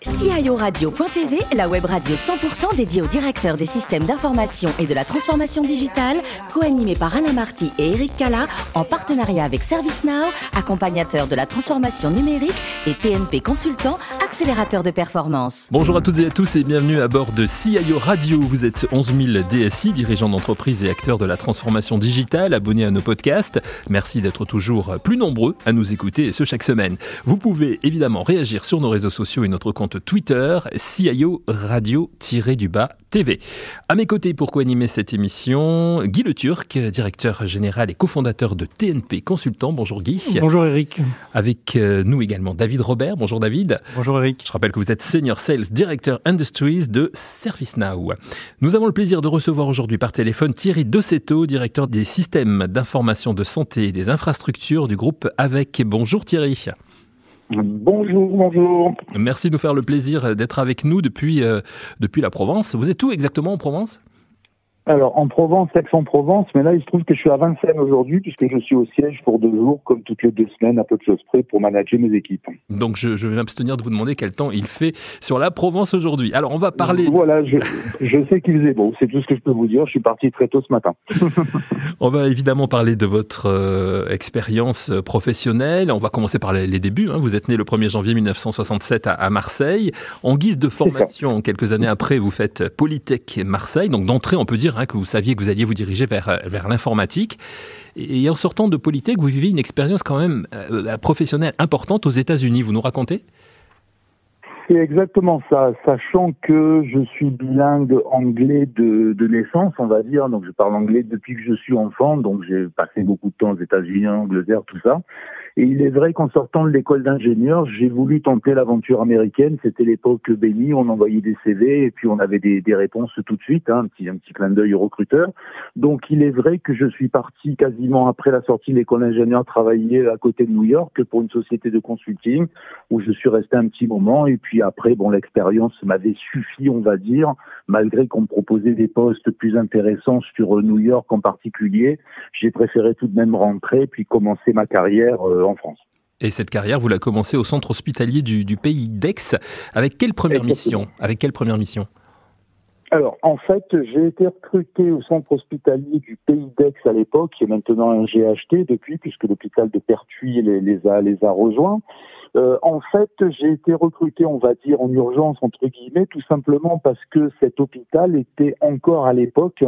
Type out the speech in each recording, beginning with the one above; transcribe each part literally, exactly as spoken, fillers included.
C I O Radio point T V, la web radio cent pour cent dédiée aux directeurs des systèmes d'information et de la transformation digitale, co-animée par Alain Marty et Eric Cala, en partenariat avec ServiceNow, accompagnateur de la transformation numérique, et T N P Consultant, accélérateur de performance. Bonjour à toutes et à tous et bienvenue à bord de C I O Radio. Vous êtes onze mille D S I, dirigeants d'entreprise et acteurs de la transformation digitale, abonnés à nos podcasts. Merci d'être toujours plus nombreux à nous écouter, et ce chaque semaine. Vous pouvez évidemment réagir sur nos réseaux sociaux et notre compte Twitter, C I O Radio-du-bas T V. À mes côtés pour co-animer cette émission, Guy Le Turc, directeur général et cofondateur de T N P Consultant. Bonjour Guy. Bonjour Eric. Avec nous également David Robert. Bonjour David. Bonjour Eric. Je rappelle que vous êtes Senior Sales Director Industries de ServiceNow. Nous avons le plaisir de recevoir aujourd'hui par téléphone Thierry Dossetto, directeur des systèmes d'information de santé et des infrastructures du groupe Avec. Bonjour Thierry. Bonjour, bonjour. Merci de nous faire le plaisir d'être avec nous depuis, euh, depuis la Provence. Vous êtes où exactement en Provence ? Alors, en Provence, Aix-en-Provence, mais là, il se trouve que je suis à Vincennes aujourd'hui, puisque je suis au siège pour deux jours, comme toutes les deux semaines, à peu de choses près, pour manager mes équipes. Donc, je, je vais m'abstenir de vous demander quel temps il fait sur la Provence aujourd'hui. Alors, on va parler... Voilà, je, je sais qu'il faisait beau, c'est tout ce que je peux vous dire. Je suis parti très tôt ce matin. On va évidemment parler de votre euh, expérience professionnelle. On va commencer par les, les débuts. Hein. Vous êtes né le premier janvier mille neuf cent soixante-sept à, à Marseille. En guise de formation, quelques années après, vous faites Polytech Marseille. Donc, d'entrée, on peut dire que vous saviez que vous alliez vous diriger vers, vers l'informatique. Et en sortant de Polytech, vous vivez une expérience quand même euh, professionnelle importante aux États-Unis. Vous nous racontez ? C'est exactement ça, sachant que je suis bilingue anglais de, de naissance, on va dire. Donc je parle anglais depuis que je suis enfant, donc j'ai passé beaucoup de temps aux États-Unis, en Angleterre, tout ça. Et il est vrai qu'en sortant de l'école d'ingénieur, j'ai voulu tenter l'aventure américaine. C'était l'époque bénie, on envoyait des C V et puis on avait des, des réponses tout de suite, hein, un petit, un petit clin d'œil au recruteur. Donc il est vrai que je suis parti quasiment après la sortie de l'école d'ingénieur travailler à côté de New York pour une société de consulting où je suis resté un petit moment. Et puis après, bon, l'expérience m'avait suffi, on va dire, malgré qu'on me proposait des postes plus intéressants sur New York en particulier. J'ai préféré tout de même rentrer puis commencer ma carrière euh, en France. Et cette carrière, vous la commencez au centre hospitalier du, du pays d'Aix. Avec quelle première Exactement. mission Avec quelle première mission Alors, en fait, j'ai été recruté au centre hospitalier du pays d'Aix à l'époque, qui est maintenant un G H T depuis, puisque l'hôpital de Pertuis les, les, a, les a rejoints. Euh, en fait, j'ai été recruté, on va dire, en urgence, entre guillemets, tout simplement parce que cet hôpital était encore à l'époque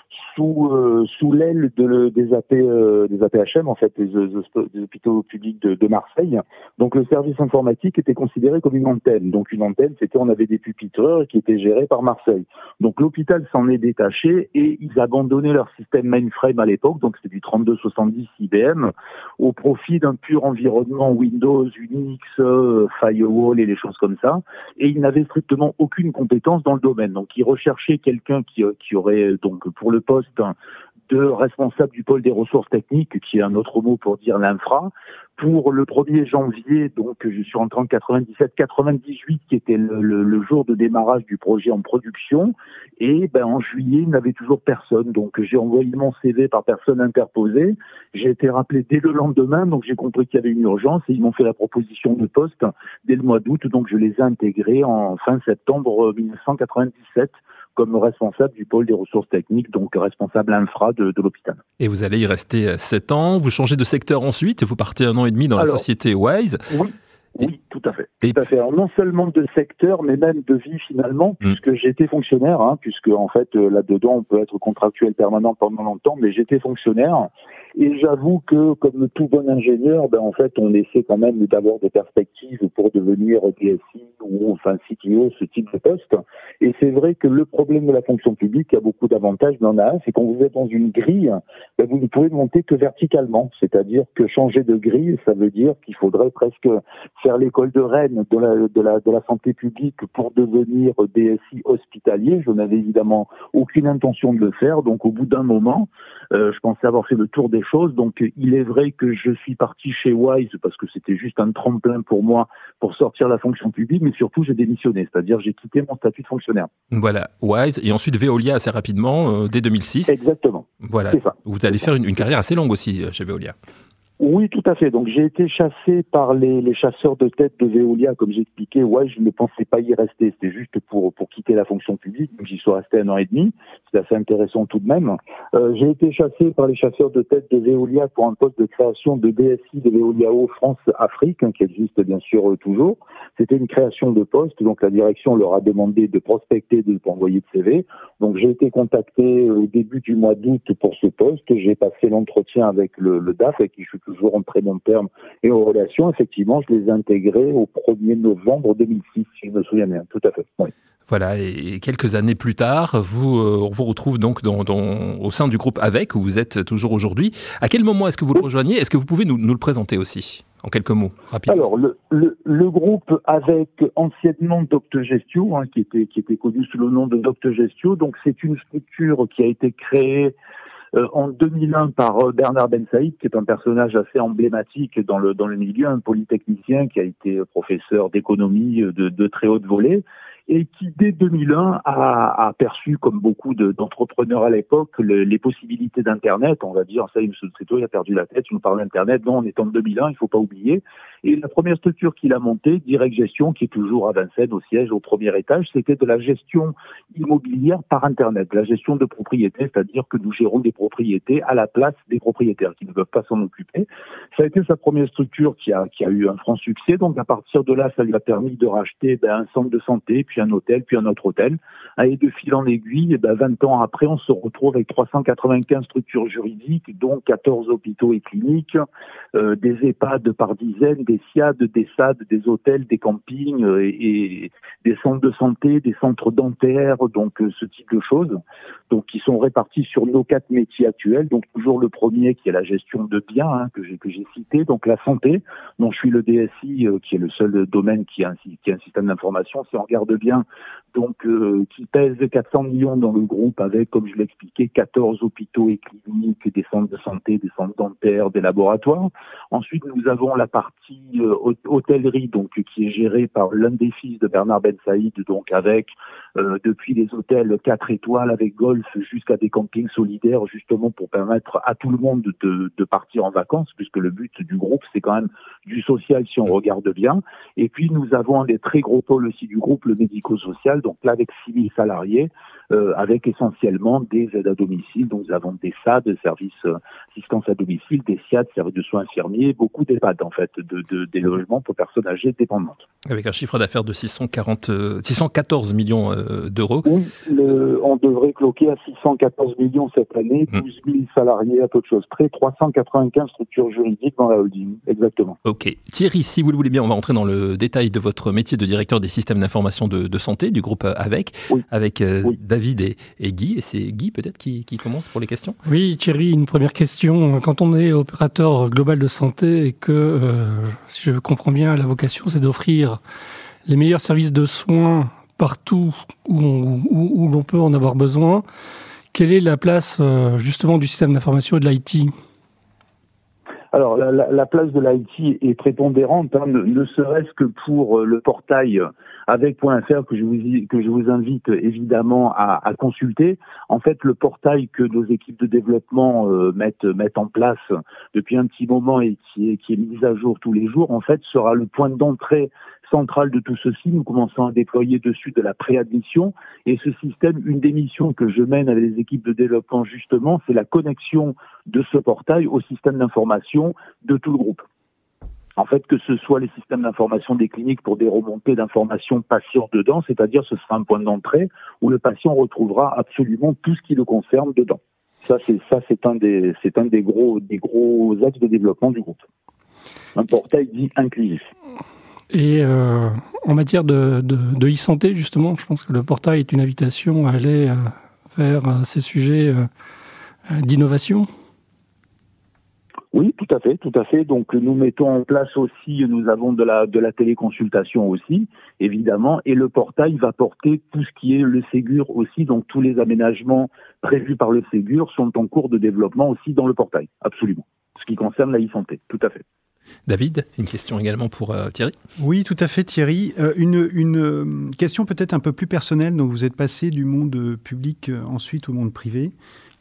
sous euh, sous l'aile de, des A P euh, des A P H M, en fait, des, des hôpitaux publics de, de Marseille. Donc le service informatique était considéré comme une antenne. Donc une antenne, c'était on avait des pupitreurs qui étaient gérés par Marseille. Donc l'hôpital s'en est détaché et ils abandonnaient leur système mainframe à l'époque, donc c'était du trente-deux soixante-dix I B M, au profit d'un pur environnement Windows, Unix, euh, Firewall et les choses comme ça. Et ils n'avaient strictement aucune compétence dans le domaine. Donc ils recherchaient quelqu'un qui qui aurait donc pour le poste de responsable du pôle des ressources techniques, qui est un autre mot pour dire l'infra, pour le premier janvier, donc je suis rentré en quatre-vingt-dix-sept quatre-vingt-dix-huit, qui était le, le, le jour de démarrage du projet en production, et ben en juillet, il n'avait toujours personne, donc j'ai envoyé mon C V par personne interposée, j'ai été rappelé dès le lendemain, donc j'ai compris qu'il y avait une urgence, et ils m'ont fait la proposition de poste dès le mois d'août, donc je les ai intégrés en fin septembre mille neuf cent quatre-vingt-dix-sept, comme responsable du pôle des ressources techniques, donc responsable infra de, de l'hôpital. Et vous allez y rester sept ans, vous changez de secteur ensuite, vous partez un an et demi dans Alors, la société Wise. Oui, oui, tout à fait. Et... Tout à fait. Alors, non seulement de secteur, mais même de vie finalement, puisque mmh. j'étais fonctionnaire, hein, puisque en fait là-dedans on peut être contractuel permanent pendant longtemps, mais j'étais fonctionnaire. Et j'avoue que, comme tout bon ingénieur, ben en fait, on essaie quand même d'avoir des perspectives pour devenir D S I ou enfin C T O, ce type de poste. Et c'est vrai que le problème de la fonction publique, il y a beaucoup d'avantages, mais il y en a un, c'est quand vous êtes dans une grille, ben vous ne pouvez monter que verticalement. C'est-à-dire que changer de grille, ça veut dire qu'il faudrait presque faire l'école de Rennes de la, de la, de la santé publique pour devenir D S I hospitalier. Je n'avais évidemment aucune intention de le faire. Donc, au bout d'un moment, euh, je pensais avoir fait le tour des choses. Donc, il est vrai que je suis parti chez Wise parce que c'était juste un tremplin pour moi pour sortir la fonction publique, mais surtout, j'ai démissionné. C'est-à-dire, j'ai quitté mon statut de fonctionnaire. Voilà, Wise, et ensuite Veolia assez rapidement, euh, dès deux mille six. Exactement. Voilà. C'est ça. Vous allez faire une, une carrière assez longue aussi euh, chez Veolia. Oui, tout à fait. Donc j'ai été chassé par les, les chasseurs de tête de Veolia, comme j'expliquais. Ouais, je ne pensais pas y rester. C'était juste pour pour quitter la fonction publique. Donc j'y suis resté un an et demi. C'est assez intéressant tout de même. Euh, j'ai été chassé par les chasseurs de tête de Veolia pour un poste de création de D S I de Veolia Eau France-Afrique, hein, qui existe bien sûr euh, toujours. C'était une création de poste. Donc la direction leur a demandé de prospecter, de envoyer de C V. Donc j'ai été contacté au début du mois d'août pour ce poste. J'ai passé l'entretien avec le, le D A F, avec qui je suis toujours en très bon terme et en relation. Effectivement, je les ai intégrés au premier novembre deux mille six, si je me souviens bien. Tout à fait. Oui. Voilà, et quelques années plus tard, vous, euh, on vous retrouve donc dans, dans, au sein du groupe Avec, où vous êtes toujours aujourd'hui. À quel moment est-ce que vous le rejoignez ? Est-ce que vous pouvez nous, nous le présenter aussi, en quelques mots, rapidement ? Alors, le, le, le groupe Avec, anciennement Doctogestio, hein, qui était, qui était connu sous le nom de Doctogestio, donc c'est une structure qui a été créée Euh, en deux mille un par euh, Bernard Ben Saïd, qui est un personnage assez emblématique dans le dans le milieu, un polytechnicien qui a été professeur d'économie de, de très haute volée et qui dès deux mille un a, a perçu, comme beaucoup de, d'entrepreneurs à l'époque, le, les possibilités d'Internet. On va dire, ça, il il a perdu la tête, il nous parle d'Internet. Non, on est en deux mille un, il faut pas oublier. Et la première structure qu'il a montée, Direct Gestion, qui est toujours à Vincennes, au siège, au premier étage, c'était de la gestion immobilière par Internet, la gestion de propriétés, c'est-à-dire que nous gérons des propriétés à la place des propriétaires qui ne peuvent pas s'en occuper. Ça a été sa première structure qui a, qui a eu un franc succès. Donc à partir de là, ça lui a permis de racheter ben, un centre de santé, puis un hôtel, puis un autre hôtel. Et de fil en aiguille, et ben, vingt ans après, on se retrouve avec trois cent quatre-vingt-quinze structures juridiques, dont quatorze hôpitaux et cliniques, euh, des EHPAD par dizaines, des S I A D, des S A D, des hôtels, des campings euh, et, et des centres de santé, des centres dentaires, donc euh, ce type de choses, donc qui sont répartis sur nos quatre métiers actuels. Donc toujours le premier qui est la gestion de biens hein, que j'ai que j'ai cité, donc la santé, dont je suis le D S I, euh, qui est le seul domaine qui a un, qui a un système d'information, si on regarde bien, donc euh, qui pèse quatre cents millions dans le groupe avec, comme je l'expliquais, quatorze hôpitaux et cliniques, des centres de santé, des centres dentaires, des laboratoires. Ensuite, nous avons la partie euh, hôtellerie, donc qui est gérée par l'un des fils de Bernard Ben Saïd, donc avec euh, depuis les hôtels quatre étoiles avec golf jusqu'à des campings solidaires, justement pour permettre à tout le monde de, de partir en vacances, puisque le but du groupe, c'est quand même du social si on regarde bien. Et puis, nous avons un des très gros pôles aussi du groupe, le médico-social, donc là avec six mille salariés, euh, avec essentiellement des aides à domicile. Donc nous avons des S A D, services euh, assistance à domicile, des S I A D, services de soins infirmiers, beaucoup d'EHPAD en fait, de, de, des logements pour personnes âgées dépendantes. Avec un chiffre d'affaires de six cent quarante, six cent quatorze millions euh, d'euros. Oui, le, on devrait cloquer à six cent quatorze millions cette année, douze mille salariés à peu de choses près, trois cent quatre-vingt-quinze structures juridiques dans la holding, exactement. Ok. Thierry, si vous le voulez bien, on va rentrer dans le détail de votre métier de directeur des systèmes d'information de, de santé du groupe Avec, oui. avec euh, oui. David et, et Guy. Et c'est Guy peut-être qui, qui commence pour les questions. Oui, Thierry, une première question. Quand on est opérateur global de santé et que, euh, si je comprends bien, la vocation c'est d'offrir les meilleurs services de soins partout où, on, où, où l'on peut en avoir besoin, quelle est la place euh, justement du système d'information et de l'I T ? Alors, la, la, la place de l'I T est prépondérante, hein, ne, ne serait-ce que pour le portail avec.fr que je vous que je vous invite évidemment à, à consulter. En fait, le portail que nos équipes de développement euh, mettent mettent en place depuis un petit moment et qui est qui est mis à jour tous les jours, en fait, sera le point d'entrée central de tout ceci. Nous commençons à déployer dessus de la préadmission et ce système, une des missions que je mène avec les équipes de développement justement, c'est la connexion de ce portail au système d'information de tout le groupe. En fait, que ce soit les systèmes d'information des cliniques pour des remontées d'informations patients dedans, c'est-à-dire ce sera un point d'entrée où le patient retrouvera absolument tout ce qui le concerne dedans. Ça, c'est ça, c'est un des, c'est un des gros, des gros axes de développement du groupe. Un portail dit inclusif. Et euh, en matière de, de, de e-santé, justement, je pense que le portail est une invitation à aller euh, vers euh, ces sujets euh, d'innovation. Oui, tout à fait, tout à fait. Donc nous mettons en place aussi, nous avons de la de la téléconsultation aussi, évidemment, et le portail va porter tout ce qui est le Ségur aussi. Donc tous les aménagements prévus par le Ségur sont en cours de développement aussi dans le portail, absolument. Ce qui concerne la e-santé, tout à fait. David, une question également pour euh, Thierry. Oui, tout à fait Thierry. Euh, une, une question peut-être un peu plus personnelle. Donc vous êtes passé du monde public euh, ensuite au monde privé.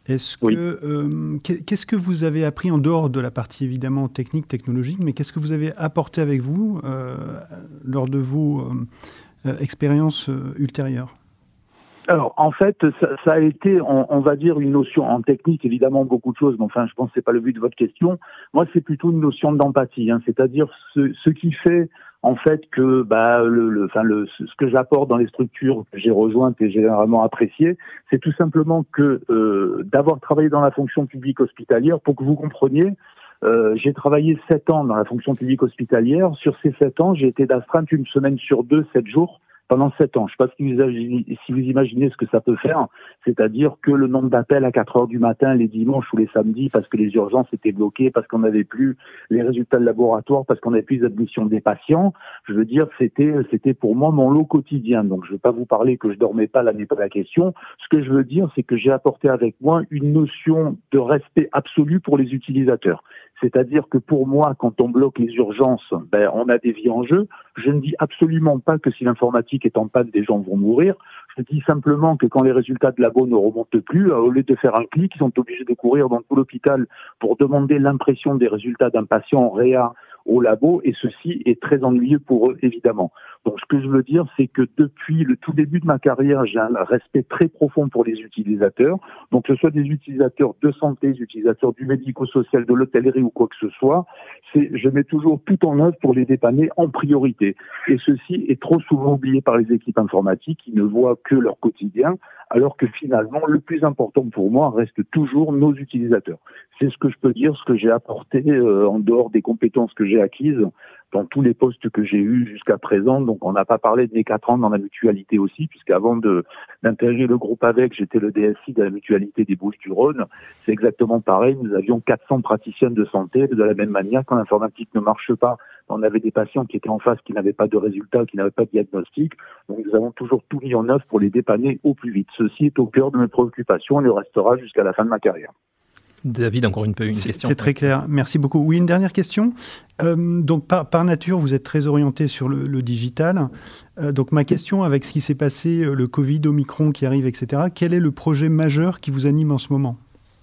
Est-ce que, Oui. euh, qu'est-ce que vous avez appris en dehors de la partie évidemment technique, technologique, mais qu'est-ce que vous avez apporté avec vous euh, lors de vos euh, euh, expériences euh, ultérieures ? Alors, en fait, ça, ça a été, on, on va dire, une notion en technique, évidemment, beaucoup de choses, mais enfin, je pense que c'est pas le but de votre question. Moi, c'est plutôt une notion d'empathie, hein, c'est-à-dire ce, ce qui fait, en fait, que bah, le, le, enfin, le, ce que j'apporte dans les structures que j'ai rejointes et généralement appréciées, c'est tout simplement que euh, d'avoir travaillé dans la fonction publique hospitalière, pour que vous compreniez, euh, j'ai travaillé sept ans dans la fonction publique hospitalière. Sur ces sept ans, j'ai été d'astreinte une semaine sur deux, sept jours. Pendant sept ans. Je ne sais pas si vous, imaginez, si vous imaginez ce que ça peut faire, c'est-à-dire que le nombre d'appels à quatre heures du matin, les dimanches ou les samedis, parce que les urgences étaient bloquées, parce qu'on n'avait plus les résultats de laboratoire, parce qu'on n'avait plus l'admission des patients, je veux dire, c'était c'était pour moi mon lot quotidien. Donc je ne vais pas vous parler que je dormais pas, là n'est pas la question. Ce que je veux dire, c'est que j'ai apporté avec moi une notion de respect absolu pour les utilisateurs. C'est-à-dire que pour moi, quand on bloque les urgences, ben, on a des vies en jeu. Je ne dis absolument pas que si l'informatique est en panne, des gens vont mourir. Je dis simplement que quand les résultats de labo ne remontent plus, au lieu de faire un clic, ils sont obligés de courir dans tout l'hôpital pour demander l'impression des résultats d'un patient en réa au labo, et ceci est très ennuyeux pour eux, évidemment. Donc, ce que je veux dire, c'est que depuis le tout début de ma carrière, j'ai un respect très profond pour les utilisateurs. Donc, que ce soit des utilisateurs de santé, des utilisateurs du médico-social, de l'hôtellerie ou quoi que ce soit, c'est, je mets toujours tout en œuvre pour les dépanner en priorité. Et ceci est trop souvent oublié par les équipes informatiques qui ne voient que leur quotidien, alors que finalement, le plus important pour moi reste toujours nos utilisateurs. C'est ce que je peux dire, ce que j'ai apporté euh, en dehors des compétences que j'ai acquises dans tous les postes que j'ai eus jusqu'à présent. Donc, on n'a pas parlé de mes quatre ans dans la mutualité aussi, puisqu'avant de, d'intégrer le groupe avec, j'étais le D S I de la mutualité des Bouches-du-Rhône. C'est exactement pareil. Nous avions quatre cents praticiens de santé. De la même manière, quand l'informatique ne marche pas, on avait des patients qui étaient en face, qui n'avaient pas de résultats, qui n'avaient pas de diagnostic. Donc, nous avons toujours tout mis en œuvre pour les dépanner au plus vite. Ceci est au cœur de mes préoccupations et le restera jusqu'à la fin de ma carrière. David, encore une, une c'est, question. C'est très clair. Merci beaucoup. Oui, une dernière question. Euh, donc, par, par nature, vous êtes très orienté sur le, le digital. Euh, donc, ma question, avec ce qui s'est passé, le Covid, Omicron qui arrive, et cetera, quel est le projet majeur qui vous anime en ce moment ?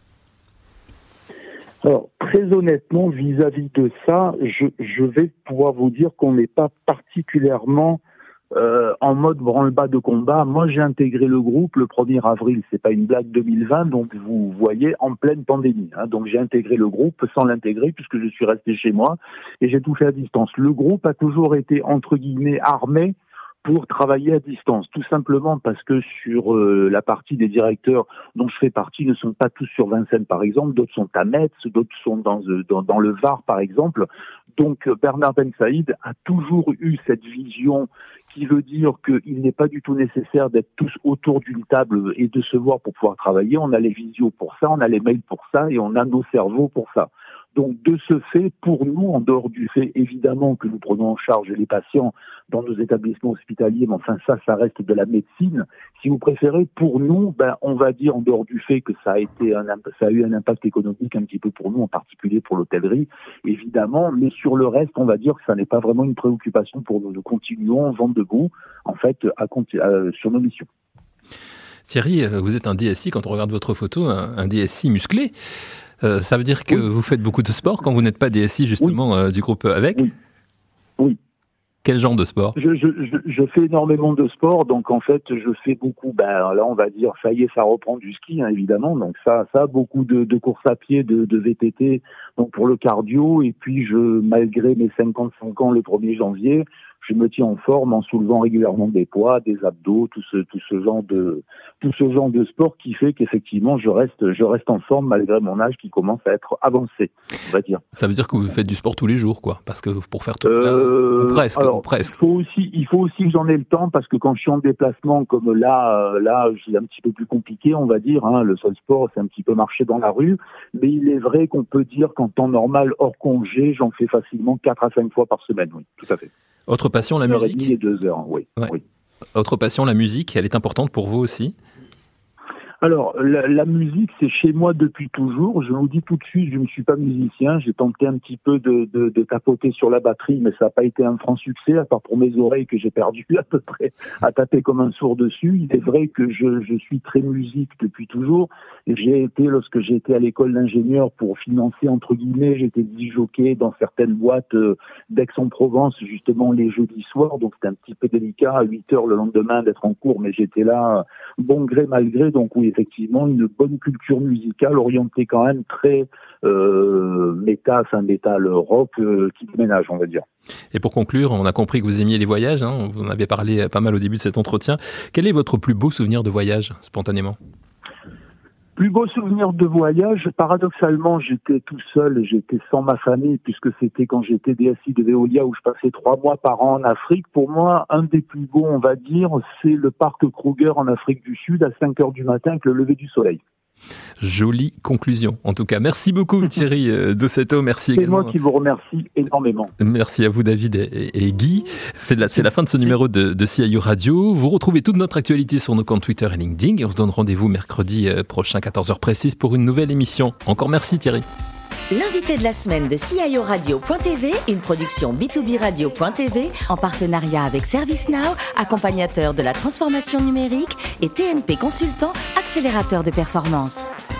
Alors, très honnêtement, vis-à-vis de ça, je, je vais pouvoir vous dire qu'on n'est pas particulièrement euh, en mode branle-bas de combat. Moi, j'ai intégré le groupe le premier avril, c'est pas une blague, deux mille vingt, donc vous voyez, en pleine pandémie. Hein, donc, j'ai intégré le groupe sans l'intégrer puisque je suis resté chez moi et j'ai tout fait à distance. Le groupe a toujours été, entre guillemets, armé pour travailler à distance, tout simplement parce que sur euh, la partie des directeurs dont je fais partie ne sont pas tous sur Vincennes, par exemple, d'autres sont à Metz, d'autres sont dans, dans, dans le Var, par exemple. Donc Bernard Ben Saïd a toujours eu cette vision qui veut dire qu'il n'est pas du tout nécessaire d'être tous autour d'une table et de se voir pour pouvoir travailler. On a les visios pour ça, on a les mails pour ça et on a nos cerveaux pour ça. Donc, de ce fait, pour nous, en dehors du fait, évidemment, que nous prenons en charge les patients dans nos établissements hospitaliers, mais enfin, ça, ça reste de la médecine. Si vous préférez, pour nous, ben, on va dire, en dehors du fait que ça a été un, ça a eu un impact économique un petit peu pour nous, en particulier pour l'hôtellerie, évidemment, mais sur le reste, on va dire que ça n'est pas vraiment une préoccupation pour nous. Nous continuons, vent debout, en fait, à, à, sur nos missions. Thierry, vous êtes un D S I, quand on regarde votre photo, un, un D S I musclé. Euh, ça veut dire que oui. Vous faites beaucoup de sport quand vous n'êtes pas D S I justement oui. euh, du groupe avec ? Oui. Oui. Quel genre de sport ? je, je, je, je fais énormément de sport, donc en fait je fais beaucoup, ben là on va dire, ça y est, ça reprend du ski hein, évidemment, donc ça, ça beaucoup de, de courses à pied, de, de V T T, donc pour le cardio, et puis je, malgré mes cinquante-cinq ans le premier janvier, je me tiens en forme en soulevant régulièrement des poids, des abdos, tout ce, tout ce genre de, tout ce genre de sport qui fait qu'effectivement je reste, je reste en forme malgré mon âge qui commence à être avancé, on va dire. Ça veut dire que vous faites du sport tous les jours, quoi, parce que pour faire tout euh, cela, ou presque, alors, ou presque. Il faut aussi, il faut aussi que j'en ai le temps parce que quand je suis en déplacement comme là, là, c'est un petit peu plus compliqué, on va dire. Hein, le seul sport, c'est un petit peu marcher dans la rue, mais il est vrai qu'on peut dire qu'en temps normal, hors congé, j'en fais facilement quatre à cinq fois par semaine. Oui, tout à fait. Autre passion, la une musique. Heure et demie et deux heures, oui. Ouais. oui. Autre passion, la musique, elle est importante pour vous aussi ? Alors, la, la musique, c'est chez moi depuis toujours. Je vous dis tout de suite, je ne suis pas musicien. J'ai tenté un petit peu de, de, de tapoter sur la batterie, mais ça n'a pas été un franc succès, à part pour mes oreilles que j'ai perdu à peu près à taper comme un sourd dessus. Il est vrai que je, je suis très musique depuis toujours. Et j'ai été, lorsque j'ai été à l'école d'ingénieur pour financer, entre guillemets, j'étais disjockey dans certaines boîtes euh, d'Aix-en-Provence, justement les jeudis soirs. Donc c'était un petit peu délicat à huit heures le lendemain d'être en cours, mais j'étais là, bon gré, mal gré. Donc oui, effectivement, une bonne culture musicale orientée quand même très euh, métal, enfin métal rock euh, qui déménage, on va dire. Et pour conclure, on a compris que vous aimiez les voyages, hein, vous en avez parlé pas mal au début de cet entretien. Quel est votre plus beau souvenir de voyage, spontanément ? Plus beau souvenir de voyage, paradoxalement, j'étais tout seul, j'étais sans ma famille, puisque c'était quand j'étais D S I de Veolia où je passais trois mois par an en Afrique. Pour moi, un des plus beaux, on va dire, c'est le parc Kruger en Afrique du Sud à cinq heures du matin avec le lever du soleil. Jolie conclusion. En tout cas, merci beaucoup Thierry Dossetto. Merci c'est également. C'est moi qui vous remercie énormément. Merci à vous David et, et Guy. C'est la, c'est la fin de ce numéro de, de C I O Radio. Vous retrouvez toute notre actualité sur nos comptes Twitter et LinkedIn. Et on se donne rendez-vous mercredi prochain, quatorze heures précise, pour une nouvelle émission. Encore merci Thierry. L'invité de la semaine de C I O Radio point T V, une production B deux B Radio point T V en partenariat avec ServiceNow, accompagnateur de la transformation numérique, et T N P Consultant, accélérateur de performance.